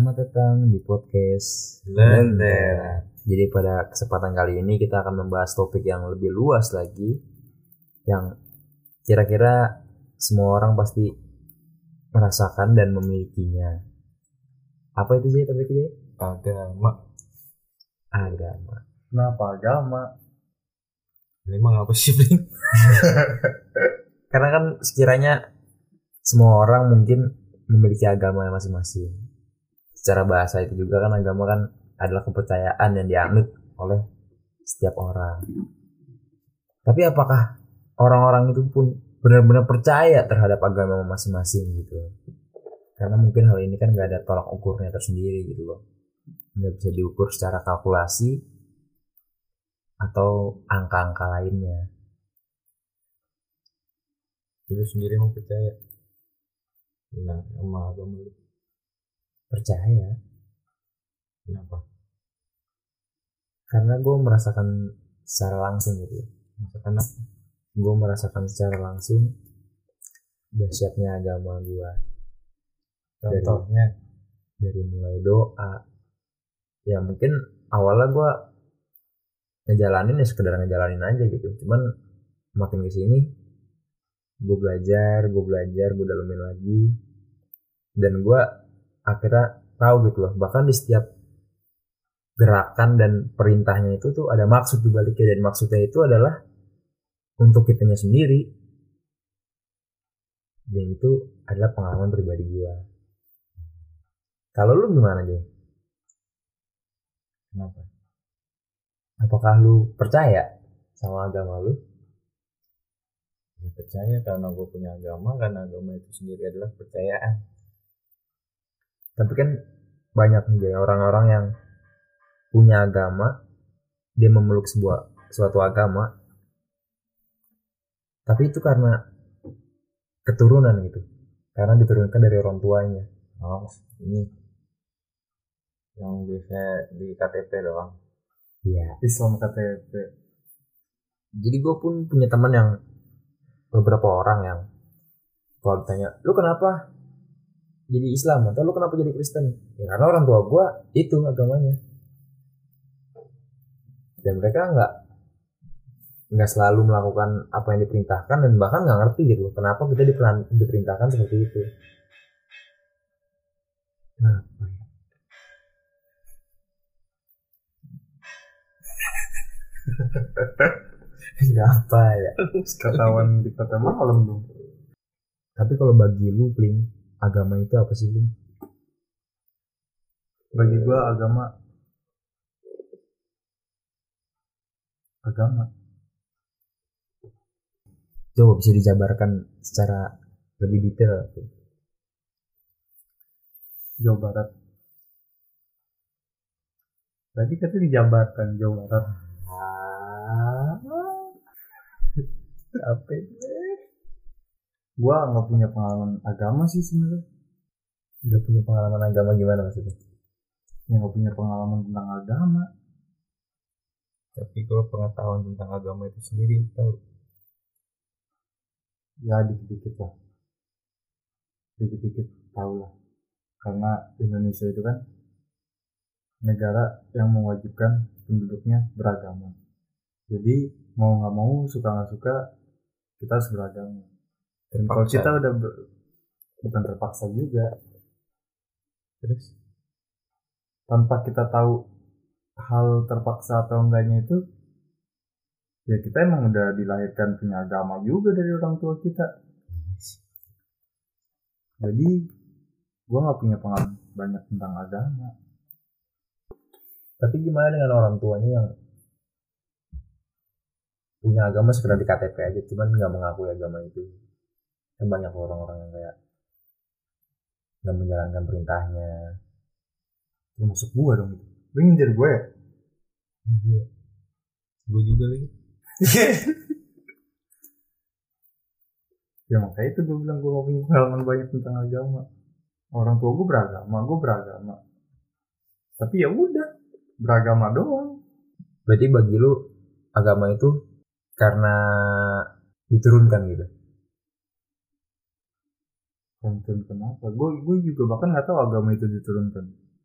Selamat datang di podcast Lentera. Jadi pada kesempatan kali ini kita akan membahas topik yang lebih luas lagi, yang kira-kira semua orang pasti merasakan dan memilikinya. Apa itu sih topiknya? Agama. Kenapa agama? Emang apa sih, Bling? Karena kan sekiranya semua orang mungkin memiliki agama masing-masing. Secara bahasa itu juga kan agama kan adalah kepercayaan yang dianut oleh setiap orang. Tapi apakah orang-orang itu pun benar-benar percaya terhadap agama masing-masing gitu? Karena mungkin hal ini kan gak ada tolak ukurnya tersendiri gitu loh. Gak bisa diukur secara kalkulasi atau angka-angka lainnya. Lu sendiri mau percaya? Nah, sama agama lu? Percaya. Kenapa? Karena gue merasakan secara langsung gitu. Masakan apa? Gue merasakan secara langsung dahsyatnya agama gue. Contohnya? Dari mulai doa. Ya mungkin awalnya gue ngejalanin ya sekedar ngejalanin aja gitu. Cuman makin kesini gue belajar, gue dalemin lagi. Dan gue akhirnya tahu gitu loh, bahkan di setiap gerakan dan perintahnya itu tuh ada maksud dibaliknya, dan maksudnya itu adalah untuk kitanya sendiri. Dan itu adalah pengalaman pribadi gue. Kalau lu gimana Jay? Kenapa? Apakah lu percaya sama agama lu? Ya percaya karena gue punya agama, karena agama itu sendiri adalah kepercayaan. Tapi kan banyak nih orang-orang yang punya agama, dia memeluk suatu agama, tapi itu karena keturunan gitu, karena diturunkan dari orang tuanya. Oh, ini yang bisa di KTP doang. Iya. Islam KTP. Jadi gue pun punya teman yang beberapa orang yang kalau ditanya, lu kenapa jadi Islam atau lu kenapa jadi Kristen? Ya karena orang tua gue itu agamanya. Dan mereka nggak selalu melakukan apa yang diperintahkan, dan bahkan nggak ngerti gitu kenapa kita diperintahkan seperti itu. Kenapa ya? Ketahuan di kota malam dong. Tapi kalau bagi lu, Pling, agama itu apa sih, Pling? Bagi gua agama Coba bisa dijabarkan secara lebih detail. Jawa Barat. Tadi katanya dijabarkan Jawa Barat. Apa itu? Gua nggak punya pengalaman agama sih sebenarnya. Nggak punya pengalaman agama gimana maksudnya? Ya nggak punya pengalaman tentang agama. Tapi kalau pengetahuan tentang agama itu sendiri tahu. Ya dikit-dikit lah. Dikit-dikit tahu lah. Karena Indonesia itu kan negara yang mewajibkan penduduknya beragama. Jadi mau nggak mau, suka nggak suka, kita harus beragama. Dan kalau kita udah bukan terpaksa juga, terus tanpa kita tahu hal terpaksa atau enggaknya itu, ya kita emang udah dilahirkan punya agama juga dari orang tua kita. Jadi gue nggak punya pengalaman banyak tentang agama. Tapi gimana dengan orang tuanya yang punya agama sekedar di KTP aja, cuman nggak mengakui agama itu? Kan banyak orang-orang yang kayak nggak menjalankan perintahnya. Termasuk gue dong itu. Lu ngincer gue ya? Iya. Gue juga lagi. Ya makanya itu gue bilang gue gak punya pengalaman banyak tentang agama. Orang tua gue beragama. Tapi ya udah, beragama doang. Berarti bagi lu agama itu karena diturunkan gitu? Diturunkan apa? Gue juga bahkan nggak tahu agama itu diturunkan.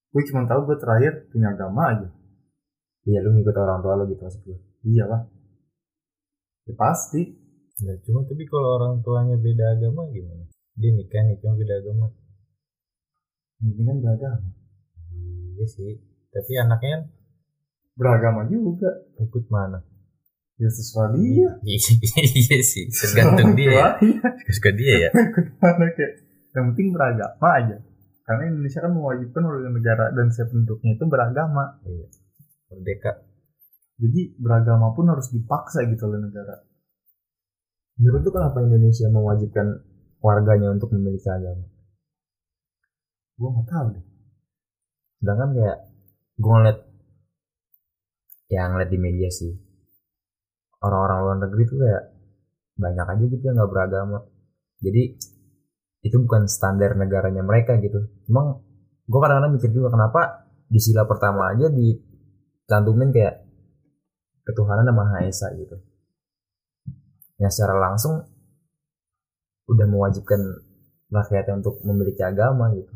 Gue cuma tahu gue terakhir punya agama aja. Iya, lu ngikut orang tua lu gitu maksud gue. Iyalah, ya pasti. Ya, cuma tapi kalau orang tuanya beda agama gimana? Dia nikah nih cuma beda agama. Ini kan beragama. Iya sih. Tapi anaknya kan Beragama juga. ikut mana? Ya sesuai dia. Iya sih. Tergantung dia. Ya. Suka dia ya. Mana kayak yang penting beragama aja. Karena Indonesia kan mewajibkan warga negara dan setiap penduduknya itu beragama. Iya. Merdeka. Jadi beragama pun harus dipaksa gitu oleh negara. Menurut tuh kenapa Indonesia mewajibkan warganya untuk memiliki agama? Gue nggak tahu deh. Sedangkan kayak gue ngeliat di media sih, orang-orang luar negeri tuh kayak banyak aja gitu yang nggak beragama. Jadi itu bukan standar negaranya mereka gitu. Cuma gue kadang-kadang mikir juga kenapa di sila pertama aja dicantumin kayak ketuhanan yang Maha Esa gitu. Yang secara langsung udah mewajibkan rakyatnya untuk memiliki agama gitu.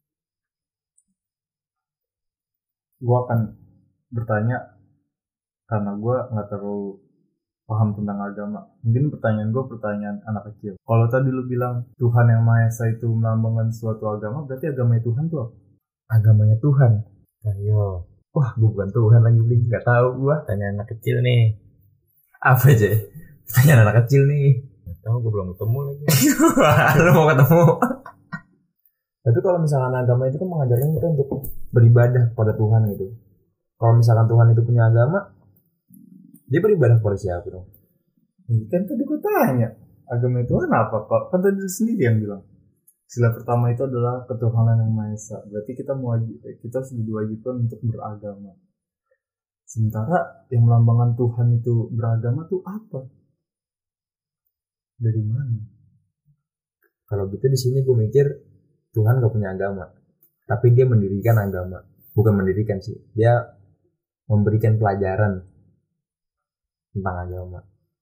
Gue akan bertanya karena gue nggak terlalu paham tentang agama. Mungkin pertanyaan anak kecil. Kalau tadi lu bilang Tuhan yang Maha Esa itu melambangkan suatu agama, berarti agamanya Tuhan tuh apa? Agamanya Tuhan. Ayo. Wah, gue bukan Tuhan lagi, Bli. Gak tahu gue. Tanya anak kecil nih. Apa aja? Pertanyaan anak kecil nih. Gak tahu, gue belum ketemu lagi. Lu mau ketemu? Tapi kalau misalkan agama itu kan mengajarkan kita untuk beribadah kepada Tuhan gitu. Kalau misalkan Tuhan itu punya agama, dia beribadah kepada siapa dong? Kan tadi gue tanya, agama Tuhan apa Pak? Kan tadi sendiri yang bilang. Sila pertama itu adalah ketuhanan yang Maha Esa. Berarti kita sudah diwajibkan untuk beragama. Sementara yang melambangkan Tuhan itu beragama tuh apa? Dari mana? Kalau gitu di sini gue mikir Tuhan gak punya agama, tapi dia mendirikan agama. Bukan mendirikan sih, dia memberikan pelajaran tentang agama.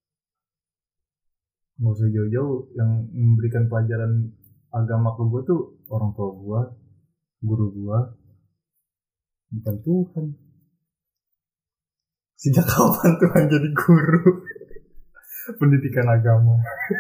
Nggak usah jauh-jauh, yang memberikan pelajaran agama ke gue tuh orang tua gue, guru gue, bukan Tuhan. Sejak kapan Tuhan jadi guru pendidikan agama?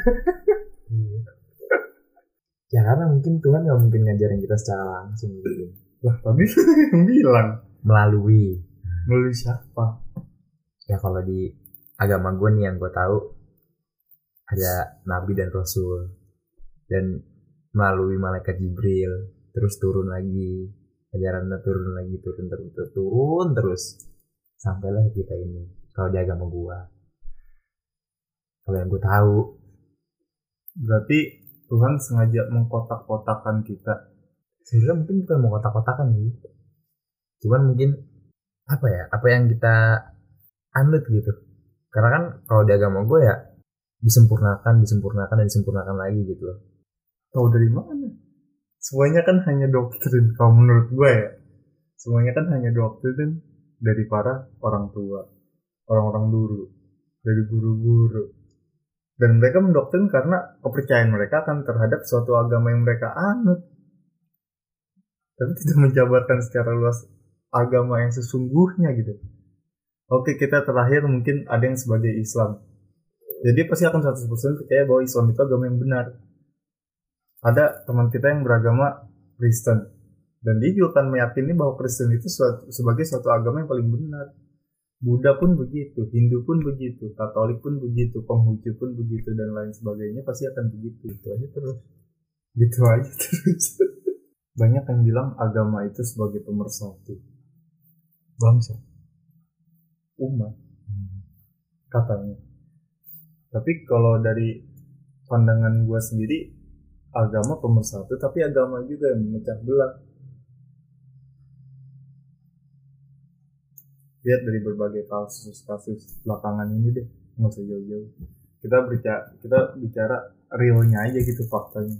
Ya karena mungkin Tuhan gak mungkin ngajarin kita secara langsung gitu. Lah tadi yang bilang Melalui siapa? ya kalau di agama gue nih yang gue tahu ada nabi dan rasul, dan melalui malaikat Jibril, terus turun lagi ajarannya, turun terus sampailah kita ini. Kalau di agama gue, kalau yang gue tahu, Berarti Tuhan sengaja mengkotak-kotakan kita. sebenarnya mungkin bukan mau kotak-kotakan sih, cuman mungkin apa yang kita anut gitu. Karena kan kalau di agama gue ya disempurnakan lagi gitu loh. Tahu dari mana? Semuanya kan hanya doktrin. Kalau menurut gue ya, semuanya kan hanya doktrin dari para orang tua, orang-orang dulu, dari guru-guru. Dan mereka mendoktrin karena kepercayaan mereka akan terhadap suatu agama yang mereka anut. Tapi tidak menjabarkan secara luas agama yang sesungguhnya gitu. Oke, kita terakhir mungkin ada yang sebagai Islam. Jadi pasti akan 100% percaya bahwa Islam itu agama yang benar. Ada teman kita yang beragama Kristen, dan dia juga akan meyakini bahwa Kristen itu sebagai suatu agama yang paling benar. Buddha pun begitu, Hindu pun begitu, Katolik pun begitu, Konghucu pun begitu, dan lain sebagainya pasti akan begitu. Gitu aja terus. Banyak yang bilang agama itu sebagai pemersatu bangsa, umat, katanya. Tapi kalau dari pandangan gue sendiri, agama pemersatu, tapi agama juga yang memecah belah. Lihat dari berbagai kasus belakangan ini deh, nggak usah jauh-jauh. Kita bicara realnya aja gitu, faktanya.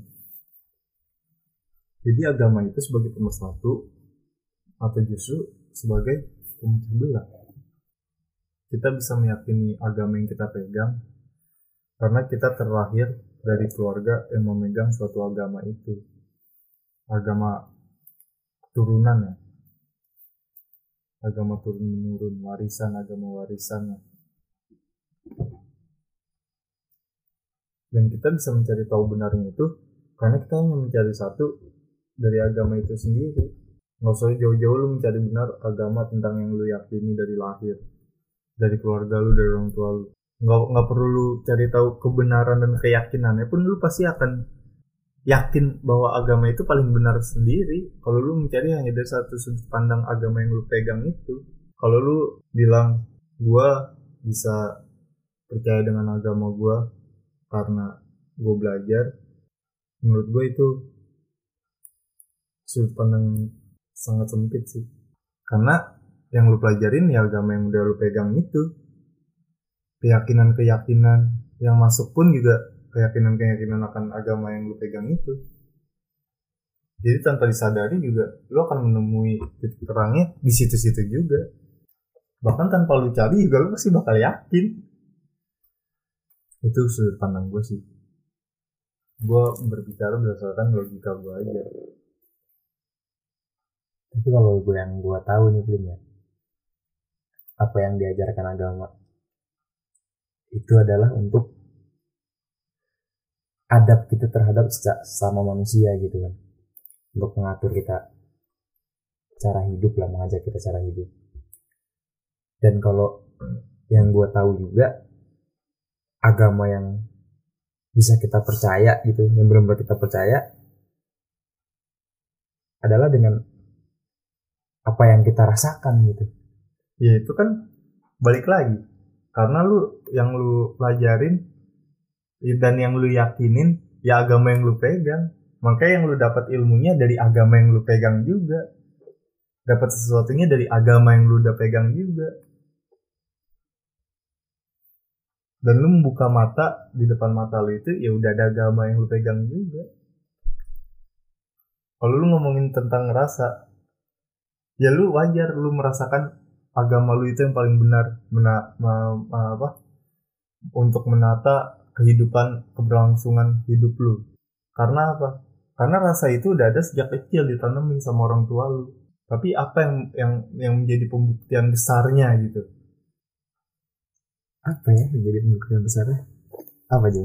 Jadi agama itu sebagai pemersatu atau justru sebagai pemecah belah? Kita bisa meyakini agama yang kita pegang karena kita terlahir dari keluarga yang memegang suatu agama itu, agama keturunan ya. agama turun menurun, warisan agama warisan. Dan kita bisa mencari tahu benarnya itu karena kita hanya mencari satu dari agama itu sendiri. Nggak usah jauh-jauh lu mencari benar agama tentang yang lu yakini dari lahir, dari keluarga lu, dari orang tua lu. Nggak perlu lu cari tahu kebenaran dan keyakinannya pun lu pasti akan yakin bahwa agama itu paling benar sendiri. Kalau lu mencari hanya dari satu sudut pandang agama yang lu pegang itu. Kalau lu bilang gua bisa percaya dengan agama gua karena gue belajar, menurut gue itu sudut pandang sangat sempit sih. Karena yang lu pelajarin ya agama yang udah lu pegang itu. Keyakinan-keyakinan yang masuk pun juga keyakinan-keyakinan akan agama yang lu pegang itu. Jadi tanpa disadari juga lu akan menemui titik terangnya di situ-situ juga. Bahkan tanpa lu cari juga lu pasti bakal yakin. Itu sudut pandang gue sih. Gue berbicara berdasarkan logika gue aja. Tapi kalau gue yang gue tahu nih Blim ya, apa yang diajarkan agama itu adalah untuk adab kita terhadap sesama manusia gitu kan, untuk mengatur kita cara hidup lah, mengajak kita cara hidup. Dan kalau yang gue tahu juga, agama yang bisa kita percaya gitu, yang benar-benar kita percaya adalah dengan apa yang kita rasakan gitu. Ya itu kan balik lagi, karena lu yang lu pelajarin dan yang lu yakinin ya agama yang lu pegang. Makanya yang lu dapat ilmunya dari agama yang lu pegang juga, dapat sesuatunya dari agama yang lu udah pegang juga. Dan lu membuka mata, di depan mata lu itu ya udah ada agama yang lu pegang juga. Kalau lu ngomongin tentang rasa, ya lu wajar lu merasakan agama lu itu yang paling benar untuk menata kehidupan, keberlangsungan hidup lu. Karena apa? Karena rasa itu udah ada sejak kecil, ditanamin sama orang tua lu. Tapi apa yang menjadi pembuktian besarnya gitu? Apa ya menjadi pembuktian besarnya? Apa aja?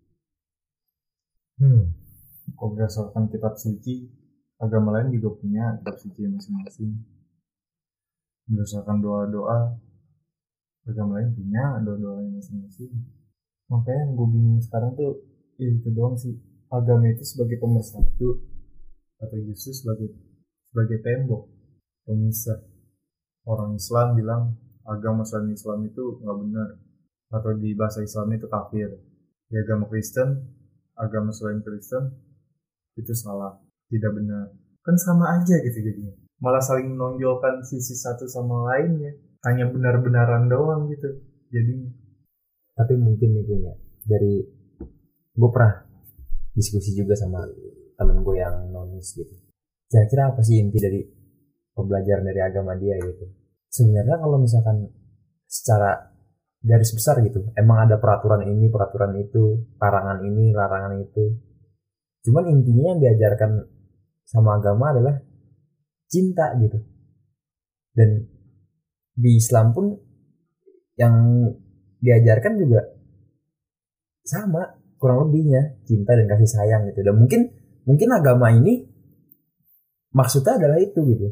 Kalau berdasarkan kitab suci, agama lain juga punya kitab suci masing-masing. Berdasarkan doa-doa, agama lain punya doa-doa masing-masing. Makanya yang gue bingung sekarang tuh ya itu doang sih, agama itu sebagai pemersatu atau justru sebagai tembok pemisah. Orang Islam bilang agama selain Islam itu nggak benar, atau di bahasa Islam itu kafir. Di agama Kristen, agama selain Kristen itu salah, tidak benar. Kan sama aja gitu jadinya, malah saling menonjolkan sisi satu sama lainnya, hanya benar-benaran doang gitu jadinya. Tapi mungkin nih punya, dari gue pernah diskusi juga sama temen gue yang nonis gitu, kira-kira apa sih inti dari pembelajaran dari agama dia gitu. Sebenarnya kalau misalkan secara garis besar gitu, emang ada peraturan ini, peraturan itu, larangan ini, larangan itu. Cuman intinya yang diajarkan sama agama adalah cinta gitu. Dan di Islam pun yang diajarkan juga sama, kurang lebihnya cinta dan kasih sayang gitu. Dan mungkin agama ini maksudnya adalah itu gitu.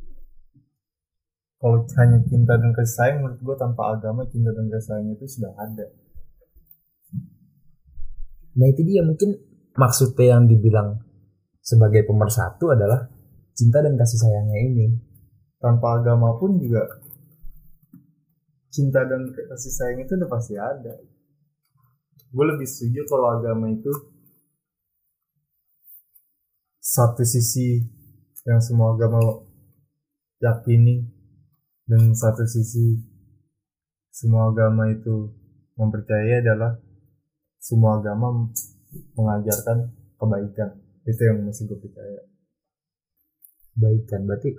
Kalau hanya cinta dan kasih sayang, menurut gue tanpa agama cinta dan kasih sayang itu sudah ada. Nah itu dia, mungkin maksudnya yang dibilang sebagai pemersatu adalah cinta dan kasih sayangnya ini. Tanpa agama pun juga cinta dan kasih sayang itu udah pasti ada. Gue lebih setuju kalau agama itu satu sisi yang semua agama yakini, dan satu sisi semua agama itu mempercayai adalah semua agama mengajarkan kebaikan. Itu yang masih gue percaya. Kebaikan berarti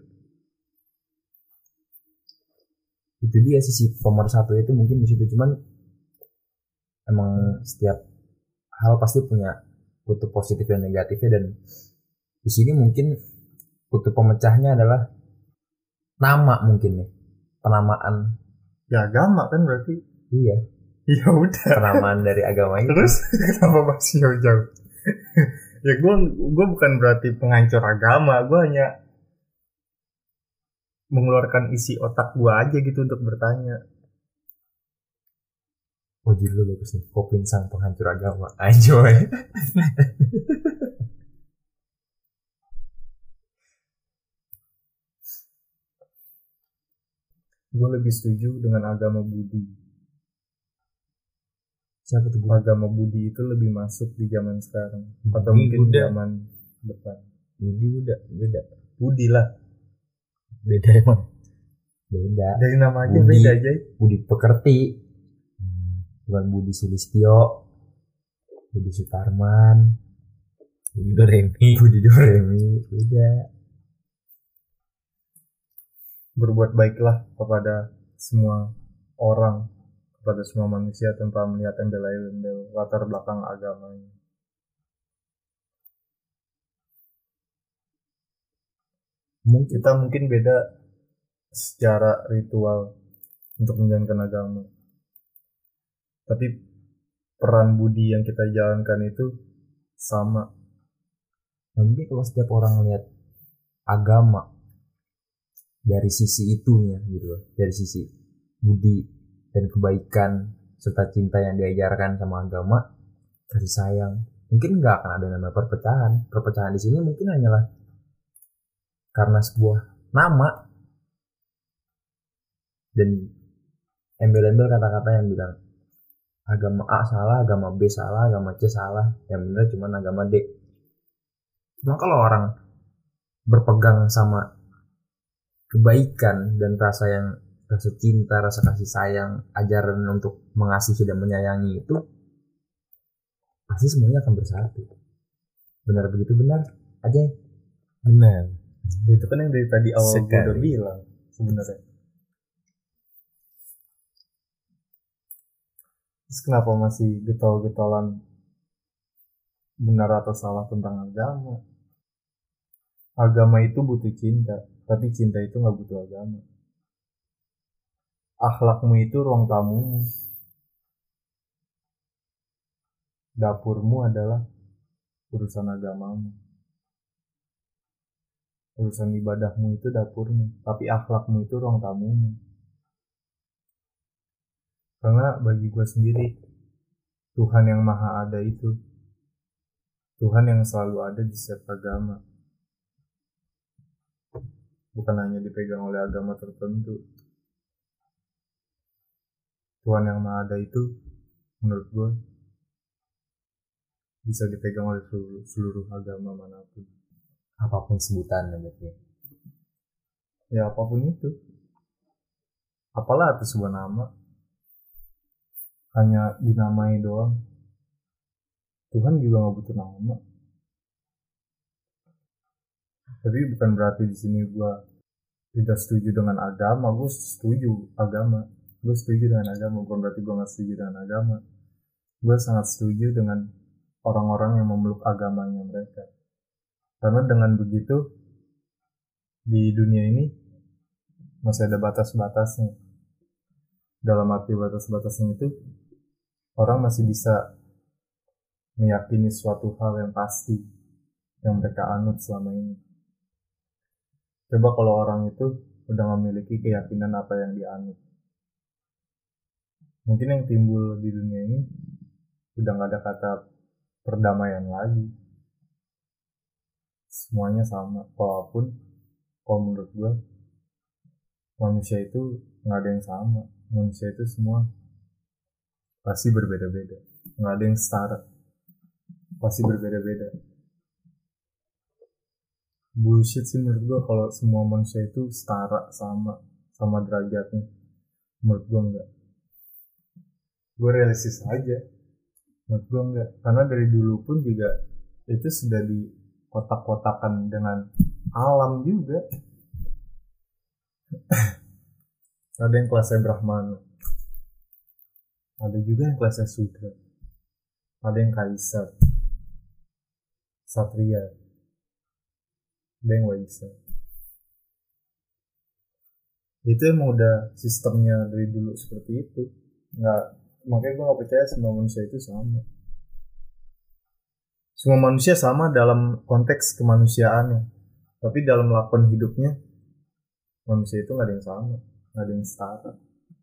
itu dia sisi pemersatu itu mungkin di situ. Cuman emang setiap hal pasti punya kutub positif dan negatifnya, dan di sini mungkin kutub pemecahnya adalah nama mungkin nih, penamaan. Ya agama kan berarti. Iya, Ya udah. penamaan dari agama itu. Terus kenapa masih jauh-jauh? Ya gue bukan berarti penghancur agama, gue hanya mengeluarkan isi otak gue aja gitu untuk bertanya. Oh, judul bagus nih, Kopling Sang Penghancur Agama. Anjoy. Gue lebih setuju dengan agama Budi. Siapa tuh? Agama Budi itu lebih masuk di zaman sekarang atau Budi, mungkin Buddha. zaman depan. Budi udah beda. Budi lah, Beda emang. Beda. dari nama aja Budi. beda aja. Budi Pekerti, bukan Budi Sulistyo, Budi Sutarman, Budi Doremi. Budi Doremi. Beda. Berbuat baiklah kepada semua orang, kepada semua manusia tanpa melihat embel-embel latar belakang agamanya. Kita mungkin beda secara ritual untuk menjalankan agama, tapi peran budi yang kita jalankan itu sama. Nah, mungkin kalau setiap orang melihat agama dari sisi itunya gitu loh, dari sisi budi dan kebaikan serta cinta yang diajarkan sama agama, kasih sayang, mungkin nggak akan ada namanya perpecahan. Perpecahan di sini mungkin hanyalah karena sebuah nama dan embel-embel kata-kata yang bilang agama A salah, agama B salah, agama C salah, yang benar cuma agama D. Cuma kalau orang berpegang sama kebaikan dan rasa cinta, rasa kasih sayang, ajaran untuk mengasihi dan menyayangi itu, pasti semuanya akan bersatu. Benar begitu, benar aja. Benar. Itu kan yang dari tadi awal gue udah Sekali. bilang sebenarnya. Terus kenapa masih getol-getolan benar atau salah tentang agama? Agama itu butuh cinta, tapi cinta itu nggak butuh agama. Akhlakmu itu ruang tamumu. Dapurmu adalah urusan agamamu. Urusan ibadahmu itu dapurmu, tapi akhlakmu itu ruang tamumu. Karena bagi gue sendiri, Tuhan yang maha ada itu Tuhan yang selalu ada di setiap agama, bukan hanya dipegang oleh agama tertentu. Tuhan yang maha ada itu menurut gue bisa dipegang oleh seluruh agama manapun. Apapun sebutannya berarti. Ya apapun itu. Apalah arti sebuah nama? Hanya dinamai doang. Tuhan juga nggak butuh nama. Tapi bukan berarti di sini gue tidak setuju dengan agama. Gue setuju agama. Gue setuju dengan agama. Bukan berarti gue nggak setuju dengan agama. Gue sangat setuju dengan orang-orang yang memeluk agamanya mereka. Karena dengan begitu di dunia ini masih ada batas-batasnya. Dalam arti batas-batasnya itu, orang masih bisa meyakini suatu hal yang pasti yang mereka anut selama ini. Coba kalau orang itu udah memiliki keyakinan apa yang dianut, mungkin yang timbul di dunia ini udah gak ada kata perdamaian lagi. Semuanya sama. Walaupun kalau menurut gue manusia itu gak ada yang sama. Manusia itu semua pasti berbeda-beda, gak ada yang setara, pasti berbeda-beda. Bullshit sih menurut gue kalau semua manusia itu setara, sama derajatnya. Menurut gue enggak. Gue realistis aja. Menurut gue enggak. Karena dari dulu pun juga itu sudah dikotak-kotakan dengan alam juga. Ada yang kelasnya Brahmana, ada juga yang kelasnya Sudra, ada yang Kaisar, Satria, ada yang Waisa. Itu emang udah sistemnya dari dulu seperti itu. Nggak, makanya gue nggak percaya semua manusia itu sama. Semua manusia sama dalam konteks kemanusiaannya, tapi dalam lakon hidupnya manusia itu nggak ada yang sama, nggak ada yang setara.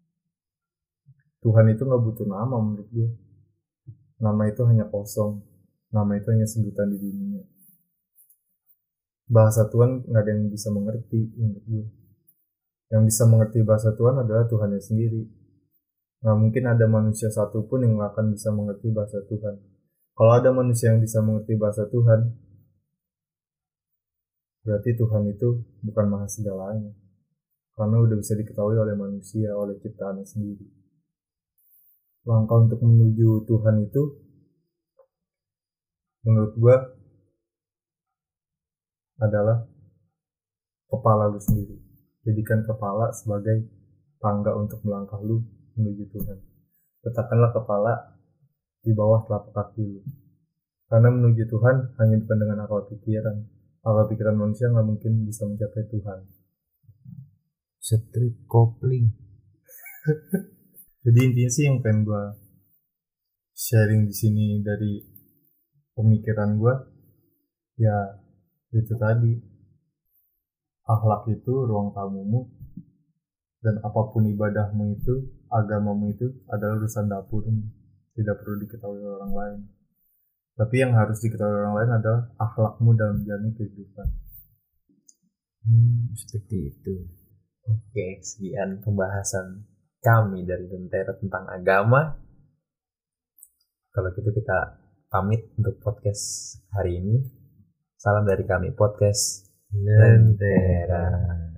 Tuhan itu nggak butuh nama menurut gue. Nama itu hanya kosong, nama itu hanya sebutan di dunia. Bahasa Tuhan nggak ada yang bisa mengerti menurut gue. Yang bisa mengerti bahasa Tuhan adalah Tuhannya sendiri. Nggak mungkin ada manusia satupun yang akan bisa mengerti bahasa Tuhan. Kalau ada manusia yang bisa mengerti bahasa Tuhan, berarti Tuhan itu bukan maha segalanya. Karena udah bisa diketahui oleh manusia, oleh ciptaannya sendiri. Langkah untuk menuju Tuhan itu, menurut gue, adalah kepala lu sendiri. Jadikan kepala sebagai tangga untuk melangkah lu menuju Tuhan. Letakkanlah kepala di bawah telapak kaki lu. Karena menuju Tuhan hanya bukan dengan akal pikiran. Akal pikiran manusia nggak mungkin bisa mencapai Tuhan. Strip kopling. Jadi intinya sih yang pengen gue sharing di sini dari pemikiran gue, ya itu tadi. Akhlak itu ruang tamumu, dan apapun ibadahmu itu, agamamu itu adalah urusan dapurmu. Tidak perlu diketahui orang lain. Tapi yang harus diketahui orang lain adalah akhlakmu dalam menjalani kehidupan. Seperti itu. Oke, sekian pembahasan kami dari Lentera tentang agama. Kalau gitu kita pamit untuk podcast hari ini. Salam dari kami, podcast Lentera.